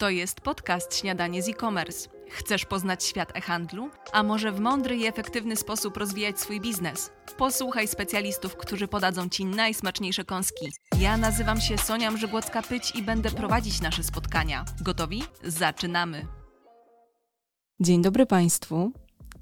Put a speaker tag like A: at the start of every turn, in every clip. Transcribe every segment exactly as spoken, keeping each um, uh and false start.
A: To jest podcast Śniadanie z e-commerce. Chcesz poznać świat e-handlu? A może w mądry i efektywny sposób rozwijać swój biznes? Posłuchaj specjalistów, którzy podadzą Ci najsmaczniejsze kąski. Ja nazywam się Sonia Mrzygłocka-Pyć i będę prowadzić nasze spotkania. Gotowi? Zaczynamy! Dzień dobry Państwu.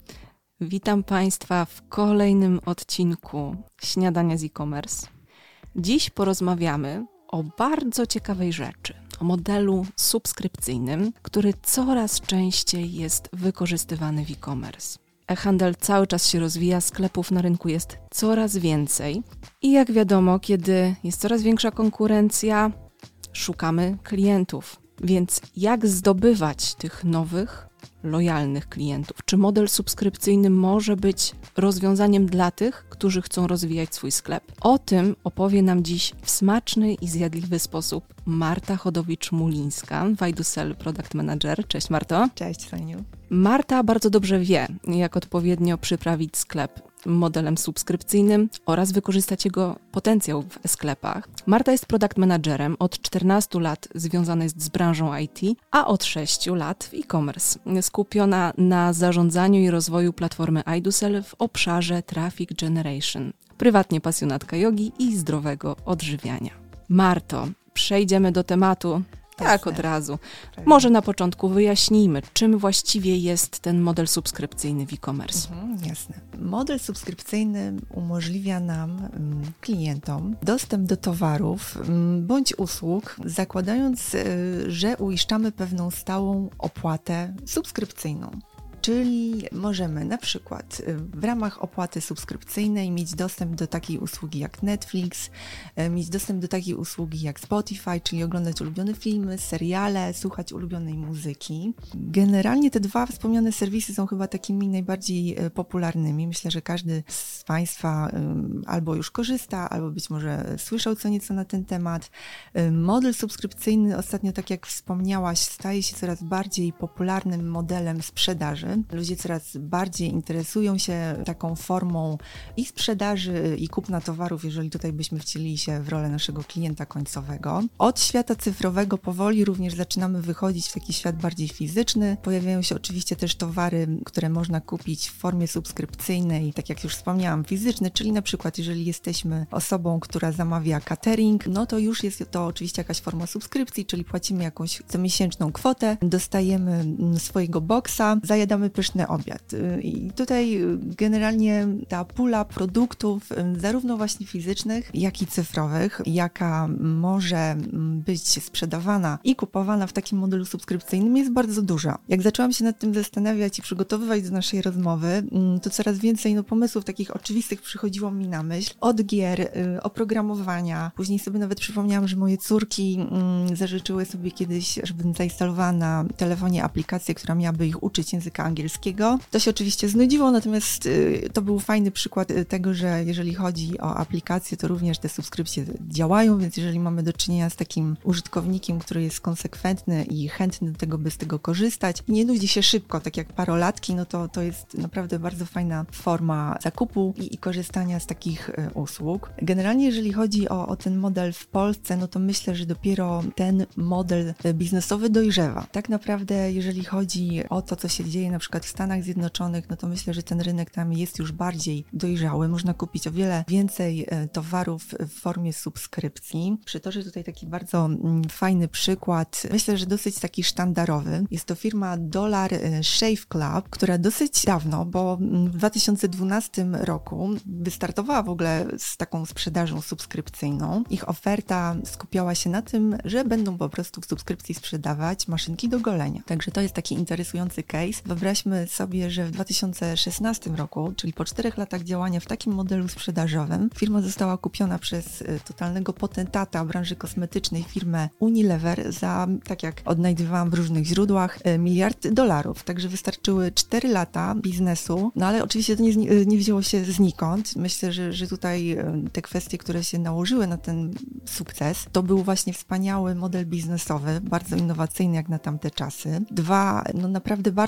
A: Witam Państwa w kolejnym odcinku Śniadania z e-commerce. Dziś porozmawiamy o bardzo ciekawej rzeczy. O modelu subskrypcyjnym, który coraz częściej jest wykorzystywany w e-commerce. E-handel cały czas się rozwija, sklepów na rynku jest coraz więcej i jak wiadomo, kiedy jest coraz większa konkurencja, szukamy klientów. Więc jak zdobywać tych nowych, lojalnych klientów? Czy model subskrypcyjny może być rozwiązaniem dla tych, którzy chcą rozwijać swój sklep? O tym opowie nam dziś w smaczny i zjadliwy sposób Marta Chodowicz-Mulińska, Wajdusel Product Manager. Cześć Marto.
B: Cześć Soniu.
A: Marta bardzo dobrze wie, jak odpowiednio przyprawić sklep modelem subskrypcyjnym oraz wykorzystać jego potencjał w sklepach. Marta jest product managerem, od czternastu lat związana jest z branżą I T, a od sześciu lat w e-commerce. Skupiona na zarządzaniu i rozwoju platformy iDusel w obszarze Traffic Generation. Prywatnie pasjonatka jogi i zdrowego odżywiania. Marto, przejdziemy do tematu. Tak, od razu. Może na początku wyjaśnijmy, czym właściwie jest ten model subskrypcyjny w e-commerce.
B: Mhm, jasne. Model subskrypcyjny umożliwia nam, mm, klientom, dostęp do towarów mm, bądź usług, zakładając, y, że uiszczamy pewną stałą opłatę subskrypcyjną. Czyli możemy na przykład w ramach opłaty subskrypcyjnej mieć dostęp do takiej usługi jak Netflix, mieć dostęp do takiej usługi jak Spotify, czyli oglądać ulubione filmy, seriale, słuchać ulubionej muzyki. Generalnie te dwa wspomniane serwisy są chyba takimi najbardziej popularnymi. Myślę, że każdy z Państwa albo już korzysta, albo być może słyszał co nieco na ten temat. Model subskrypcyjny ostatnio, tak jak wspomniałaś, staje się coraz bardziej popularnym modelem sprzedaży. Ludzie coraz bardziej interesują się taką formą i sprzedaży, i kupna towarów, jeżeli tutaj byśmy wcielili się w rolę naszego klienta końcowego. Od świata cyfrowego powoli również zaczynamy wychodzić w taki świat bardziej fizyczny. Pojawiają się oczywiście też towary, które można kupić w formie subskrypcyjnej, tak jak już wspomniałam, fizyczne, czyli na przykład jeżeli jesteśmy osobą, która zamawia catering, no to już jest to oczywiście jakaś forma subskrypcji, czyli płacimy jakąś comiesięczną kwotę, dostajemy swojego boksa, zajadamy pyszny obiad. I tutaj generalnie ta pula produktów, zarówno właśnie fizycznych, jak i cyfrowych, jaka może być sprzedawana i kupowana w takim modelu subskrypcyjnym, jest bardzo duża. Jak zaczęłam się nad tym zastanawiać i przygotowywać do naszej rozmowy, to coraz więcej no, pomysłów takich oczywistych przychodziło mi na myśl. Od gier, oprogramowania. Później sobie nawet przypomniałam, że moje córki zażyczyły sobie kiedyś, żebym zainstalowała na telefonie aplikację, która miałaby ich uczyć języka angielskiego. To się oczywiście znudziło, natomiast y, to był fajny przykład y, tego, że jeżeli chodzi o aplikacje, to również te subskrypcje działają, więc jeżeli mamy do czynienia z takim użytkownikiem, który jest konsekwentny i chętny do tego, by z tego korzystać i nie nudzi się szybko, tak jak parolatki, no to to jest naprawdę bardzo fajna forma zakupu i, i korzystania z takich y, usług. Generalnie jeżeli chodzi o, o ten model w Polsce, no to myślę, że dopiero ten model biznesowy dojrzewa. Tak naprawdę jeżeli chodzi o to, co się dzieje na przykład w Stanach Zjednoczonych, no to myślę, że ten rynek tam jest już bardziej dojrzały. Można kupić o wiele więcej towarów w formie subskrypcji. Przytoczę tutaj taki bardzo fajny przykład. Myślę, że dosyć taki sztandarowy. Jest to firma Dollar Shave Club, która dosyć dawno, bo w dwa tysiące dwunastym roku wystartowała w ogóle z taką sprzedażą subskrypcyjną. Ich oferta skupiała się na tym, że będą po prostu w subskrypcji sprzedawać maszynki do golenia. Także to jest taki interesujący case. Wyobraźmy sobie, że w dwa tysiące szesnastym roku, czyli po czterech latach działania w takim modelu sprzedażowym, firma została kupiona przez totalnego potentata branży kosmetycznej, firmę Unilever, za, tak jak odnajdywałam w różnych źródłach, miliard dolarów. Także wystarczyły cztery lata biznesu, no ale oczywiście to nie, nie wzięło się znikąd. Myślę, że, że tutaj te kwestie, które się nałożyły na ten sukces, to był właśnie wspaniały model biznesowy, bardzo innowacyjny jak na tamte czasy. Dwa, no naprawdę bardzo atrakcyjny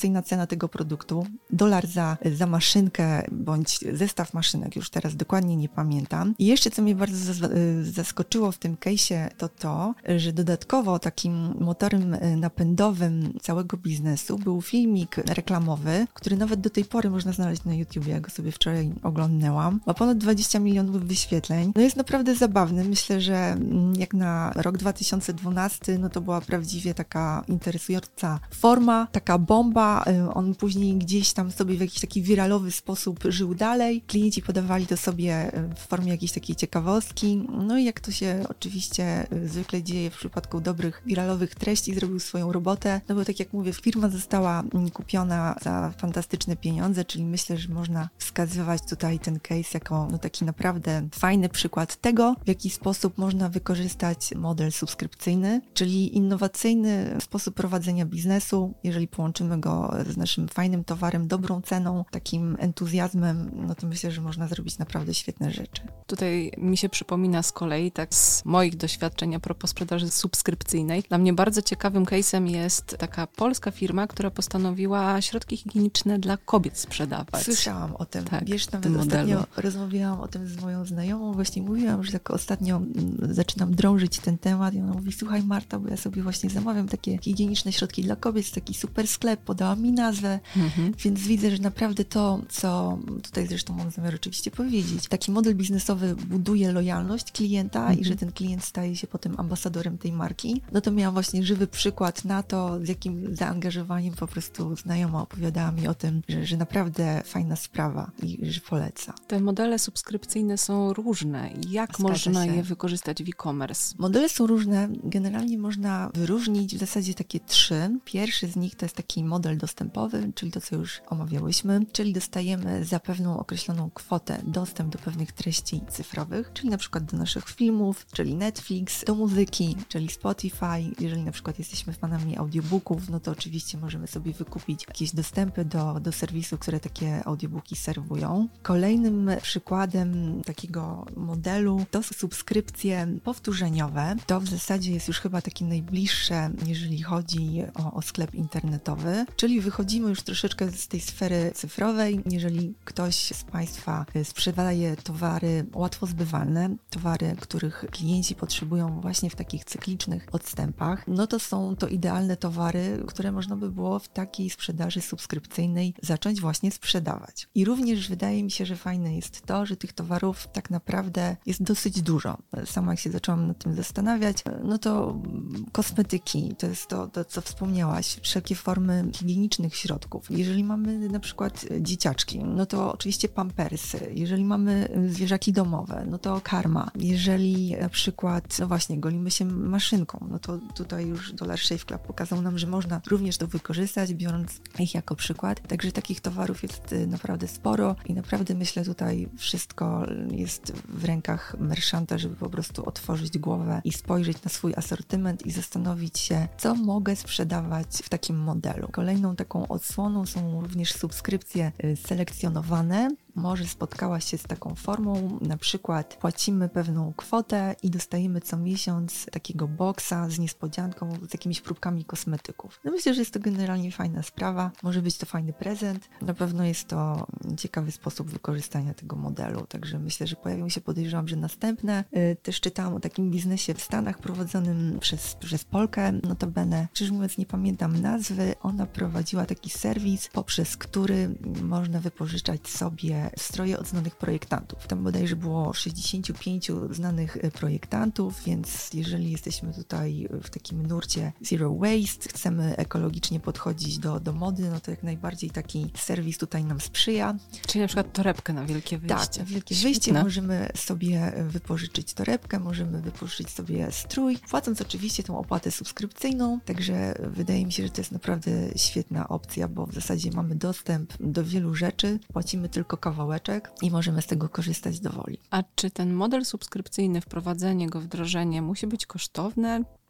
B: atrakcyjna cena tego produktu, dolar za, za maszynkę bądź zestaw maszynek, już teraz dokładnie nie pamiętam. I jeszcze co mnie bardzo zaskoczyło w tym case'ie, to to, że dodatkowo takim motorem napędowym całego biznesu był filmik reklamowy, który nawet do tej pory można znaleźć na YouTubie, ja go sobie wczoraj oglądnęłam. Ma ponad dwadzieścia milionów wyświetleń. No jest naprawdę zabawny. Myślę, że jak na rok dwa tysiące dwunasty, no to była prawdziwie taka interesująca forma, taka bomba. On później gdzieś tam sobie w jakiś taki wiralowy sposób żył dalej. Klienci podawali to sobie w formie jakiejś takiej ciekawostki. No i jak to się oczywiście zwykle dzieje w przypadku dobrych, wiralowych treści, zrobił swoją robotę. No bo tak jak mówię, firma została kupiona za fantastyczne pieniądze, czyli myślę, że można wskazywać tutaj ten case jako no, taki naprawdę fajny przykład tego, w jaki sposób można wykorzystać model subskrypcyjny, czyli innowacyjny sposób prowadzenia biznesu. Jeżeli połączymy go z naszym fajnym towarem, dobrą ceną, takim entuzjazmem, no to myślę, że można zrobić naprawdę świetne rzeczy.
A: Tutaj mi się przypomina z kolei, tak z moich doświadczeń a propos sprzedaży subskrypcyjnej, dla mnie bardzo ciekawym case'em jest taka polska firma, która postanowiła środki higieniczne dla kobiet sprzedawać.
B: Słyszałam o tym.
A: Tak,
B: Wiesz, nawet ostatnio rozmawiałam o tym z moją znajomą, właśnie mówiłam, że tak ostatnio zaczynam drążyć ten temat i ona mówi, słuchaj Marta, bo ja sobie właśnie zamawiam takie higieniczne środki dla kobiet, taki super sklep, podała mi nazwę, mhm. więc widzę, że naprawdę to, co tutaj zresztą mam zamiar oczywiście powiedzieć, taki model biznesowy buduje lojalność klienta mhm. i że ten klient staje się potem ambasadorem tej marki. No to miałam właśnie żywy przykład na to, z jakim zaangażowaniem po prostu znajoma opowiadała mi o tym, że, że naprawdę fajna sprawa i że poleca.
A: Te modele subskrypcyjne są różne. Jak
B: Zgadza
A: można
B: się.
A: je wykorzystać w e-commerce?
B: Modele są różne. Generalnie można wyróżnić w zasadzie takie trzy. Pierwszy z nich to jest taki model dostępowy, czyli to, co już omawiałyśmy, czyli dostajemy za pewną określoną kwotę dostęp do pewnych treści cyfrowych, czyli na przykład do naszych filmów, czyli Netflix, do muzyki, czyli Spotify. Jeżeli na przykład jesteśmy fanami audiobooków, no to oczywiście możemy sobie wykupić jakieś dostępy do, do serwisów, które takie audiobooki serwują. Kolejnym przykładem takiego modelu to subskrypcje powtórzeniowe. To w zasadzie jest już chyba takie najbliższe, jeżeli chodzi o, o sklep internetowy, czyli wychodzimy już troszeczkę z tej sfery cyfrowej. Jeżeli ktoś z Państwa sprzedaje towary łatwo zbywalne, towary, których klienci potrzebują właśnie w takich cyklicznych odstępach, no to są to idealne towary, które można by było w takiej sprzedaży subskrypcyjnej zacząć właśnie sprzedawać. I również wydaje mi się, że fajne jest to, że tych towarów tak naprawdę jest dosyć dużo. Sama jak się zaczęłam nad tym zastanawiać, no to kosmetyki, to jest to, to co wspomniałaś, wszelkie formy higienicznych środków. Jeżeli mamy na przykład dzieciaczki, no to oczywiście pampersy. Jeżeli mamy zwierzaki domowe, no to karma. Jeżeli na przykład, no właśnie, golimy się maszynką, no to tutaj już Dollar Shave Club pokazał nam, że można również to wykorzystać, biorąc ich jako przykład. Także takich towarów jest naprawdę sporo i naprawdę myślę, tutaj wszystko jest w rękach merchanta, żeby po prostu otworzyć głowę i spojrzeć na swój asortyment i zastanowić się, co mogę sprzedawać w takim modelu. Kolejną taką odsłoną są również subskrypcje selekcjonowane. Może spotkałaś się z taką formą, na przykład płacimy pewną kwotę i dostajemy co miesiąc takiego boksa z niespodzianką, z jakimiś próbkami kosmetyków. No myślę, że jest to generalnie fajna sprawa, może być to fajny prezent, na pewno jest to ciekawy sposób wykorzystania tego modelu, także myślę, że pojawią się, podejrzewam, że następne. Też czytałam o takim biznesie w Stanach prowadzonym przez, przez Polkę, notabene, szczerze mówiąc nie pamiętam nazwy, ona prowadziła taki serwis, poprzez który można wypożyczać sobie stroje od znanych projektantów. Tam bodajże było sześćdziesięciu pięciu znanych projektantów, więc jeżeli jesteśmy tutaj w takim nurcie zero waste, chcemy ekologicznie podchodzić do, do mody, no to jak najbardziej taki serwis tutaj nam sprzyja.
A: Czyli na przykład torebkę na wielkie wyjście.
B: Tak, na wielkie Świetne. wyjście możemy sobie wypożyczyć torebkę, możemy wypożyczyć sobie strój, płacąc oczywiście tą opłatę subskrypcyjną, także wydaje mi się, że to jest naprawdę świetna opcja, bo w zasadzie mamy dostęp do wielu rzeczy, płacimy tylko kawałek i możemy z tego korzystać dowoli.
A: A czy ten model subskrypcyjny, wprowadzenie go, wdrożenie musi być kosztowne?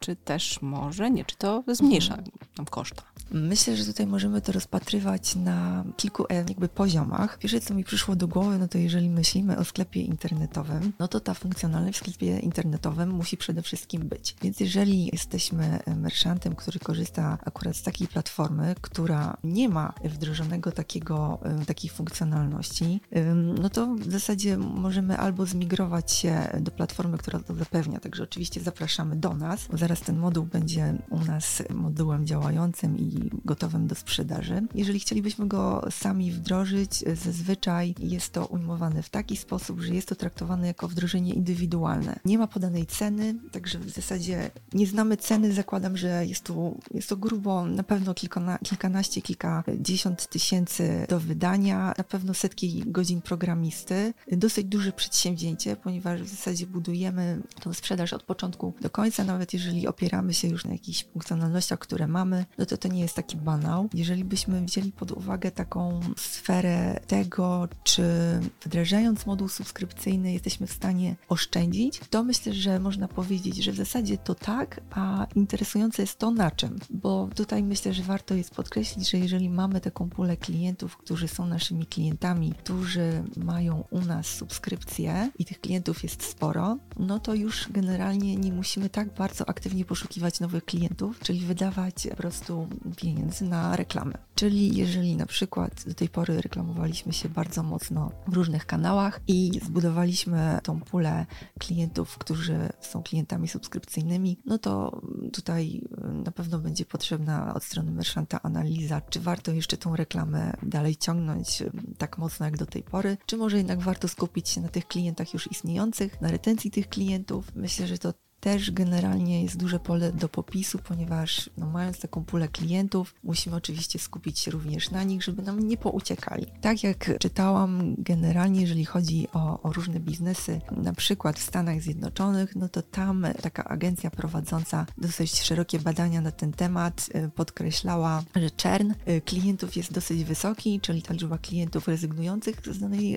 A: czy też może nie, czy to zmniejsza nam koszta?
B: Myślę, że tutaj możemy to rozpatrywać na kilku jakby poziomach. Pierwsze, co mi przyszło do głowy, no to jeżeli myślimy o sklepie internetowym, no to ta funkcjonalność w sklepie internetowym musi przede wszystkim być. Więc jeżeli jesteśmy merchantem, który korzysta akurat z takiej platformy, która nie ma wdrożonego takiego, takiej funkcjonalności, no to w zasadzie możemy albo zmigrować się do platformy, która to zapewnia. Także oczywiście zapraszamy do nas. Zaraz ten moduł będzie u nas modułem działającym i gotowym do sprzedaży. Jeżeli chcielibyśmy go sami wdrożyć, zazwyczaj jest to ujmowane w taki sposób, że jest to traktowane jako wdrożenie indywidualne. Nie ma podanej ceny, także w zasadzie nie znamy ceny. Zakładam, że jest to, jest to grubo na pewno kilkana, kilkanaście, kilkadziesiąt tysięcy do wydania, na pewno setki godzin programisty. Dosyć duże przedsięwzięcie, ponieważ w zasadzie budujemy tą sprzedaż od początku do końca, nawet jeżeli opieramy się już na jakichś funkcjonalnościach, które mamy, no to to nie jest taki banał. Jeżeli byśmy wzięli pod uwagę taką sferę tego, czy wdrażając moduł subskrypcyjny jesteśmy w stanie oszczędzić, to myślę, że można powiedzieć, że w zasadzie to tak, a interesujące jest to na czym, bo tutaj myślę, że warto jest podkreślić, że jeżeli mamy taką pulę klientów, którzy są naszymi klientami, którzy mają u nas subskrypcję i tych klientów jest sporo, no to już generalnie nie musimy tak bardzo aktywnie poszukiwać nowych klientów, czyli wydawać po prostu pieniędzy na reklamy. Czyli jeżeli na przykład do tej pory reklamowaliśmy się bardzo mocno w różnych kanałach i zbudowaliśmy tą pulę klientów, którzy są klientami subskrypcyjnymi, no to tutaj na pewno będzie potrzebna od strony merchanta analiza, czy warto jeszcze tą reklamę dalej ciągnąć tak mocno jak do tej pory, czy może jednak warto skupić się na tych klientach już istniejących, na retencji tych klientów. Myślę, że to też generalnie jest duże pole do popisu, ponieważ no, mając taką pulę klientów, musimy oczywiście skupić się również na nich, żeby nam nie pouciekali. Tak jak czytałam, generalnie jeżeli chodzi o, o różne biznesy, na przykład w Stanach Zjednoczonych, no to tam taka agencja prowadząca dosyć szerokie badania na ten temat podkreślała, że churn klientów jest dosyć wysoki, czyli ta liczba klientów rezygnujących z danej e,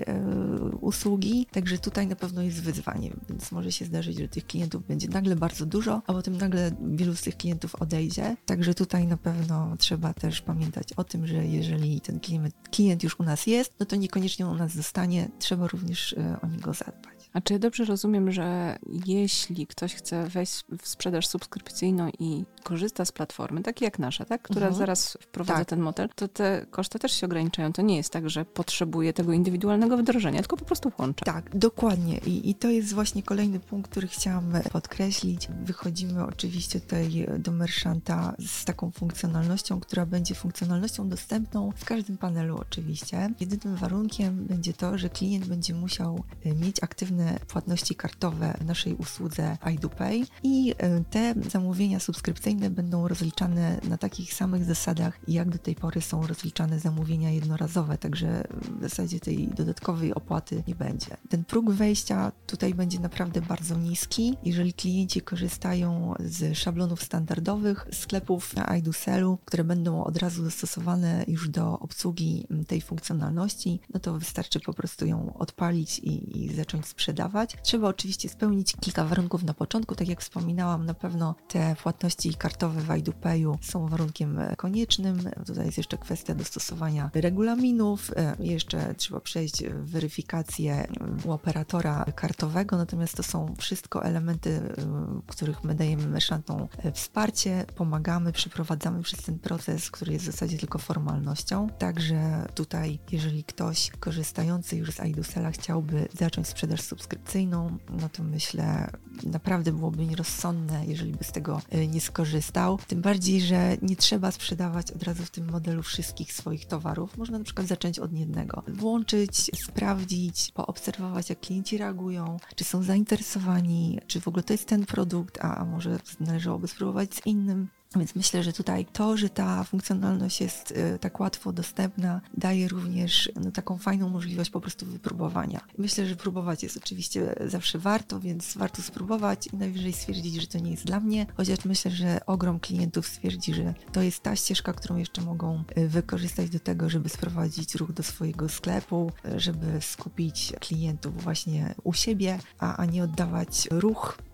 B: usługi, także tutaj na pewno jest wyzwanie, więc może się zdarzyć, że tych klientów będzie nagle bardzo dużo, a potem nagle wielu z tych klientów odejdzie. Także tutaj na pewno trzeba też pamiętać o tym, że jeżeli ten klient, klient już u nas jest, no to niekoniecznie u nas zostanie, trzeba również o niego zadbać.
A: A czy ja dobrze rozumiem, że jeśli ktoś chce wejść w sprzedaż subskrypcyjną i korzysta z platformy, takiej jak nasza, tak, która mhm. zaraz wprowadza tak. ten model, to te koszty też się ograniczają. To nie jest tak, że potrzebuje tego indywidualnego wdrożenia, tylko po prostu włącza.
B: Tak, dokładnie. I, i to jest właśnie kolejny punkt, który chciałam podkreślić. Wychodzimy oczywiście tutaj do merchanta z taką funkcjonalnością, która będzie funkcjonalnością dostępną w każdym panelu oczywiście. Jedynym warunkiem będzie to, że klient będzie musiał mieć aktywne płatności kartowe w naszej usłudze iDoPay i te zamówienia subskrypcyjne będą rozliczane na takich samych zasadach, jak do tej pory są rozliczane zamówienia jednorazowe, także w zasadzie tej dodatkowej opłaty nie będzie. Ten próg wejścia tutaj będzie naprawdę bardzo niski. Jeżeli klienci korzystają z szablonów standardowych sklepów na iDoSellu, które będą od razu dostosowane już do obsługi tej funkcjonalności, no to wystarczy po prostu ją odpalić i, i zacząć sprzedawać. Trzeba oczywiście spełnić kilka warunków na początku. Tak jak wspominałam, na pewno te płatności kartowe w iDoPayu są warunkiem koniecznym. Tutaj jest jeszcze kwestia dostosowania regulaminów. Jeszcze trzeba przejść weryfikację u operatora kartowego, natomiast to są wszystko elementy, w których my dajemy merchantom wsparcie, pomagamy, przeprowadzamy przez ten proces, który jest w zasadzie tylko formalnością. Także tutaj, jeżeli ktoś korzystający już z iDoSella chciałby zacząć sprzedaż subskrypcyjną, no to myślę, naprawdę byłoby nierozsądne, jeżeli by z tego nie skorzystał. Tym bardziej, że nie trzeba sprzedawać od razu w tym modelu wszystkich swoich towarów. Można na przykład zacząć od jednego. Włączyć, sprawdzić, poobserwować, jak klienci reagują, czy są zainteresowani, czy w ogóle to jest ten produkt, a, a może należałoby spróbować z innym. Więc myślę, że tutaj to, że ta funkcjonalność jest y, tak łatwo dostępna, daje również no, taką fajną możliwość po prostu wypróbowania. Myślę, że próbować jest oczywiście zawsze warto, więc warto spróbować i najwyżej stwierdzić, że to nie jest dla mnie, chociaż myślę, że ogrom klientów stwierdzi, że to jest ta ścieżka, którą jeszcze mogą y, wykorzystać do tego, żeby sprowadzić ruch do swojego sklepu, y, żeby skupić klientów właśnie u siebie, a, a nie oddawać ruch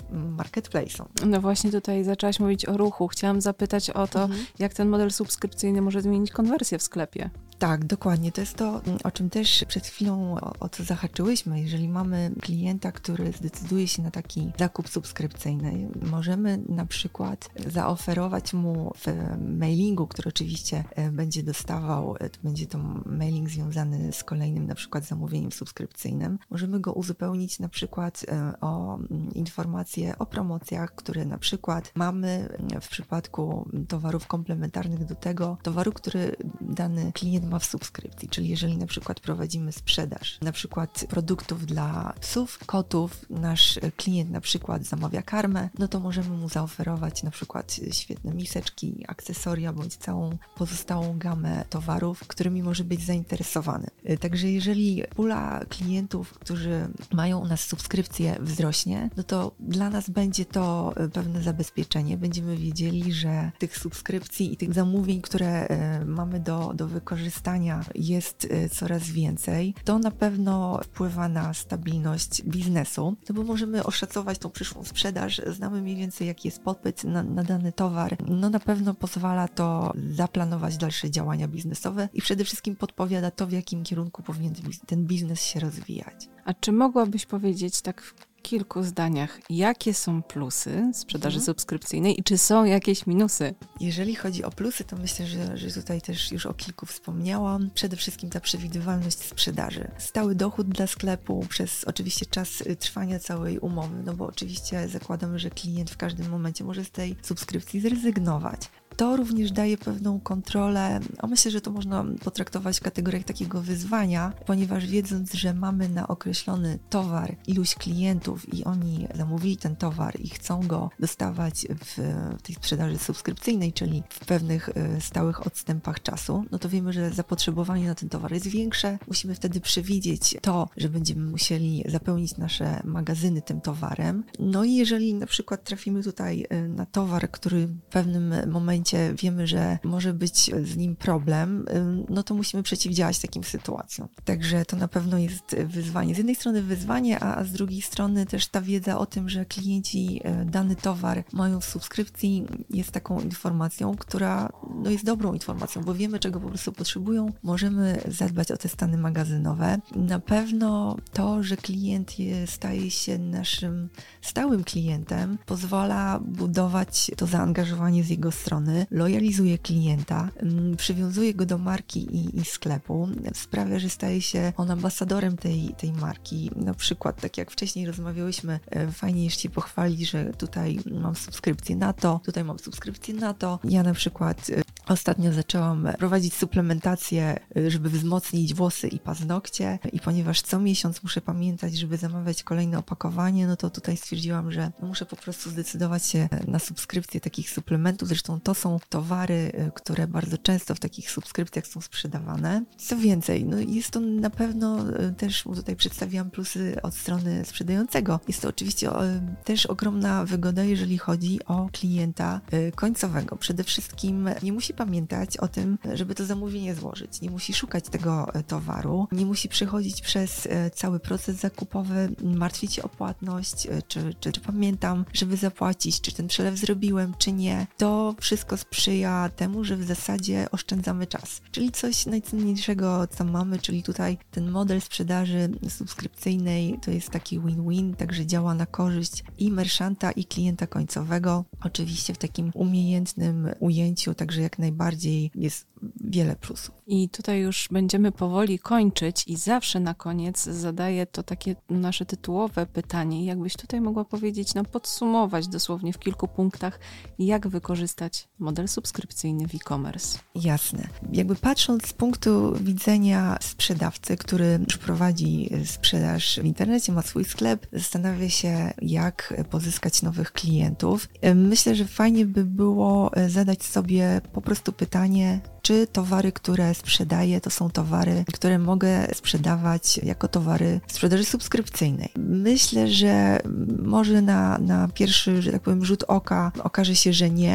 B: marketplace'om.
C: No właśnie tutaj zaczęłaś mówić o ruchu. Chciałam zapytać o to, mhm. jak ten model subskrypcyjny może zmienić konwersję w sklepie.
B: Tak, dokładnie. To jest to, o czym też przed chwilą o, o co zahaczyłyśmy. Jeżeli mamy klienta, który zdecyduje się na taki zakup subskrypcyjny, możemy na przykład zaoferować mu w mailingu, który oczywiście będzie dostawał, to będzie to mailing związany z kolejnym na przykład zamówieniem subskrypcyjnym. Możemy go uzupełnić na przykład o informacje o promocjach, które na przykład mamy w przypadku towarów komplementarnych do tego towaru, który dany klient ma w subskrypcji, czyli jeżeli na przykład prowadzimy sprzedaż na przykład produktów dla psów, kotów, nasz klient na przykład zamawia karmę, no to możemy mu zaoferować na przykład świetne miseczki, akcesoria bądź całą pozostałą gamę towarów, którymi może być zainteresowany. Także jeżeli pula klientów, którzy mają u nas subskrypcję wzrośnie, no to dla nas będzie to pewne zabezpieczenie. Będziemy wiedzieli, że tych subskrypcji i tych zamówień, które mamy do, do wykorzystania jest coraz więcej. To na pewno wpływa na stabilność biznesu, no bo możemy oszacować tą przyszłą sprzedaż, znamy mniej więcej jaki jest popyt na, na dany towar. No na pewno pozwala to zaplanować dalsze działania biznesowe i przede wszystkim podpowiada to, w jakim kierunku powinien ten biznes się rozwijać.
C: A czy mogłabyś powiedzieć tak w kilku zdaniach, jakie są plusy sprzedaży mhm. subskrypcyjnej i czy są jakieś minusy?
B: Jeżeli chodzi o plusy, to myślę, że, że tutaj też już o kilku wspomniałam. Przede wszystkim ta przewidywalność sprzedaży. Stały dochód dla sklepu przez oczywiście czas trwania całej umowy, no bo oczywiście zakładamy, że klient w każdym momencie może z tej subskrypcji zrezygnować. To również daje pewną kontrolę, a myślę, że to można potraktować w kategoriach takiego wyzwania, ponieważ wiedząc, że mamy na określony towar iluś klientów i oni zamówili ten towar i chcą go dostawać w tej sprzedaży subskrypcyjnej, czyli w pewnych stałych odstępach czasu, no to wiemy, że zapotrzebowanie na ten towar jest większe. Musimy wtedy przewidzieć to, że będziemy musieli zapełnić nasze magazyny tym towarem. No i jeżeli na przykład trafimy tutaj na towar, który w pewnym momencie wiemy, że może być z nim problem, no to musimy przeciwdziałać takim sytuacjom. Także to na pewno jest wyzwanie. Z jednej strony wyzwanie, a z drugiej strony też ta wiedza o tym, że klienci dany towar mają w subskrypcji, jest taką informacją, która no jest dobrą informacją, bo wiemy, czego po prostu potrzebują. Możemy zadbać o te stany magazynowe. Na pewno to, że klient je, staje się naszym stałym klientem, pozwala budować to zaangażowanie z jego strony, lojalizuje klienta, przywiązuje go do marki i, i sklepu, sprawia, że staje się on ambasadorem tej, tej marki. Na przykład, tak jak wcześniej rozmawiałyśmy, fajnie jest się pochwalić, że tutaj mam subskrypcję na to, tutaj mam subskrypcję na to. Ja na przykład ostatnio zaczęłam prowadzić suplementację, żeby wzmocnić włosy i paznokcie i ponieważ co miesiąc muszę pamiętać, żeby zamawiać kolejne opakowanie, no to tutaj stwierdziłam, że muszę po prostu zdecydować się na subskrypcję takich suplementów. Zresztą to są towary, które bardzo często w takich subskrypcjach są sprzedawane. Co więcej, no jest to na pewno też, tutaj przedstawiłam plusy od strony sprzedającego. Jest to oczywiście też ogromna wygoda, jeżeli chodzi o klienta końcowego. Przede wszystkim nie musi pamiętać o tym, żeby to zamówienie złożyć. Nie musi szukać tego towaru, nie musi przechodzić przez cały proces zakupowy, martwić się o płatność, czy, czy, czy pamiętam, żeby zapłacić, czy ten przelew zrobiłem, czy nie. To wszystko sprzyja temu, że w zasadzie oszczędzamy czas. Czyli coś najcenniejszego, co mamy, czyli tutaj ten model sprzedaży subskrypcyjnej to jest taki win-win, także działa na korzyść i merchanta, i klienta końcowego. Oczywiście w takim umiejętnym ujęciu, także jak najbardziej jest wiele plusów.
C: I tutaj już będziemy powoli kończyć i zawsze na koniec zadaję to takie nasze tytułowe pytanie. Jakbyś tutaj mogła powiedzieć, no podsumować dosłownie w kilku punktach, jak wykorzystać model subskrypcyjny w e-commerce.
B: Jasne. Jakby patrząc z punktu widzenia sprzedawcy, który już prowadzi sprzedaż w internecie, ma swój sklep, zastanawia się, jak pozyskać nowych klientów. Myślę, że fajnie by było zadać sobie po prostu pytanie, czy towary, które sprzedaję, to są towary, które mogę sprzedawać jako towary w sprzedaży subskrypcyjnej. Myślę, że może na, na pierwszy, że tak powiem, rzut oka okaże się, że nie,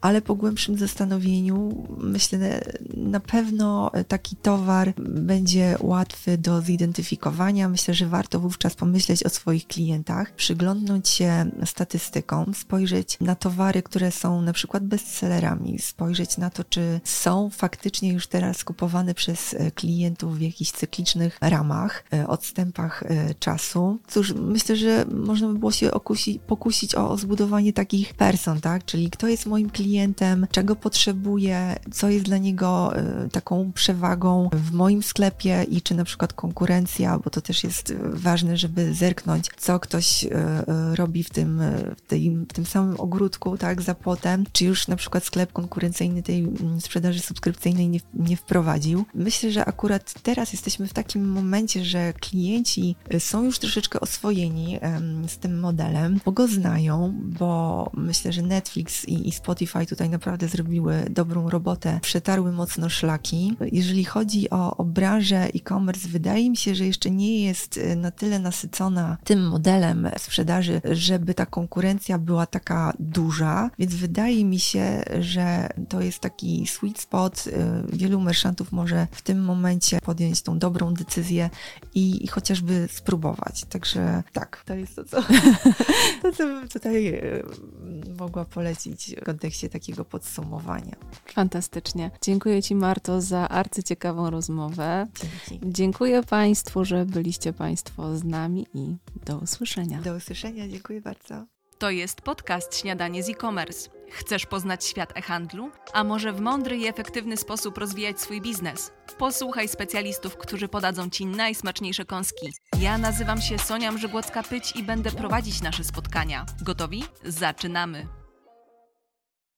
B: ale po głębszym zastanowieniu myślę, na pewno taki towar będzie łatwy do zidentyfikowania. Myślę, że warto wówczas pomyśleć o swoich klientach, przyglądnąć się statystykom, spojrzeć na towary, które są na przykład bestsellerami, spojrzeć na to, czy są faktycznie już teraz kupowane przez klientów w jakichś cyklicznych ramach, odstępach czasu. Cóż, myślę, że można by było się okusi, pokusić o, o zbudowanie takich person, tak? Czyli kto jest moim klientem, czego potrzebuje, co jest dla niego y, taką przewagą w moim sklepie i czy na przykład konkurencja, bo to też jest ważne, żeby zerknąć, co ktoś y, y, robi w tym, w, tej, w tym samym ogródku, tak, za płotem, czy już na przykład sklep konkurencyjny tej sprzedaży subskrypcyjnej nie, nie wprowadził. Myślę, że akurat teraz jesteśmy w takim momencie, że klienci są już troszeczkę oswojeni um, z tym modelem, bo go znają, bo myślę, że Netflix i, i Spotify tutaj naprawdę zrobiły dobrą robotę, przetarły mocno szlaki. Jeżeli chodzi o, o branżę e-commerce, wydaje mi się, że jeszcze nie jest na tyle nasycona tym modelem sprzedaży, żeby ta konkurencja była taka duża, więc wydaje mi się, że to jest taki sweet spot. Wielu merchantów może w tym momencie podjąć tą dobrą decyzję i, i chociażby spróbować. Także tak, to jest to, co, to, co bym tutaj mogła polecić w kontekście takiego podsumowania.
C: Fantastycznie. Dziękuję Ci, Marto, za arcyciekawą rozmowę.
B: Dzięki.
C: Dziękuję Państwu, że byliście Państwo z nami i do usłyszenia.
B: Do usłyszenia, dziękuję bardzo.
A: To jest podcast Śniadanie z e-commerce. Chcesz poznać świat e-handlu? A może w mądry i efektywny sposób rozwijać swój biznes? Posłuchaj specjalistów, którzy podadzą Ci najsmaczniejsze kąski. Ja nazywam się Sonia Mrzygłocka-Pyć i będę prowadzić nasze spotkania. Gotowi? Zaczynamy!